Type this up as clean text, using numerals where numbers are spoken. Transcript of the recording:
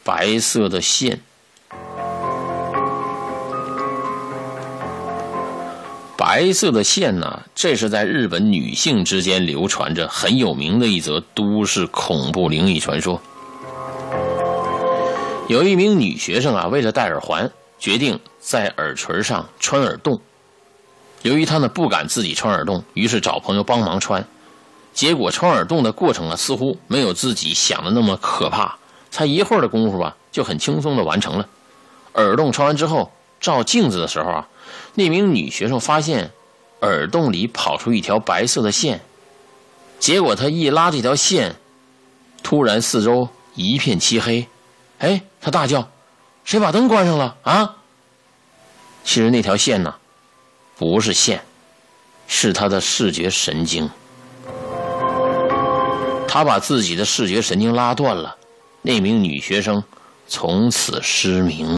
白色的线。白色的线呢，这是在日本女性之间流传着很有名的一则都市恐怖灵异传说。有一名女学生啊，为了戴耳环，决定在耳垂上穿耳洞。由于她呢不敢自己穿耳洞，于是找朋友帮忙穿。结果穿耳洞的过程啊，似乎没有自己想的那么可怕，才一会儿的功夫吧，就很轻松的完成了。耳洞穿完之后，照镜子的时候啊，那名女学生发现耳洞里跑出一条白色的线。结果她一拉这条线，突然四周一片漆黑。哎，她大叫：“谁把灯关上了啊？”其实那条线呢，不是线，是她的视觉神经。她把自己的视觉神经拉断了，那名女学生从此失明。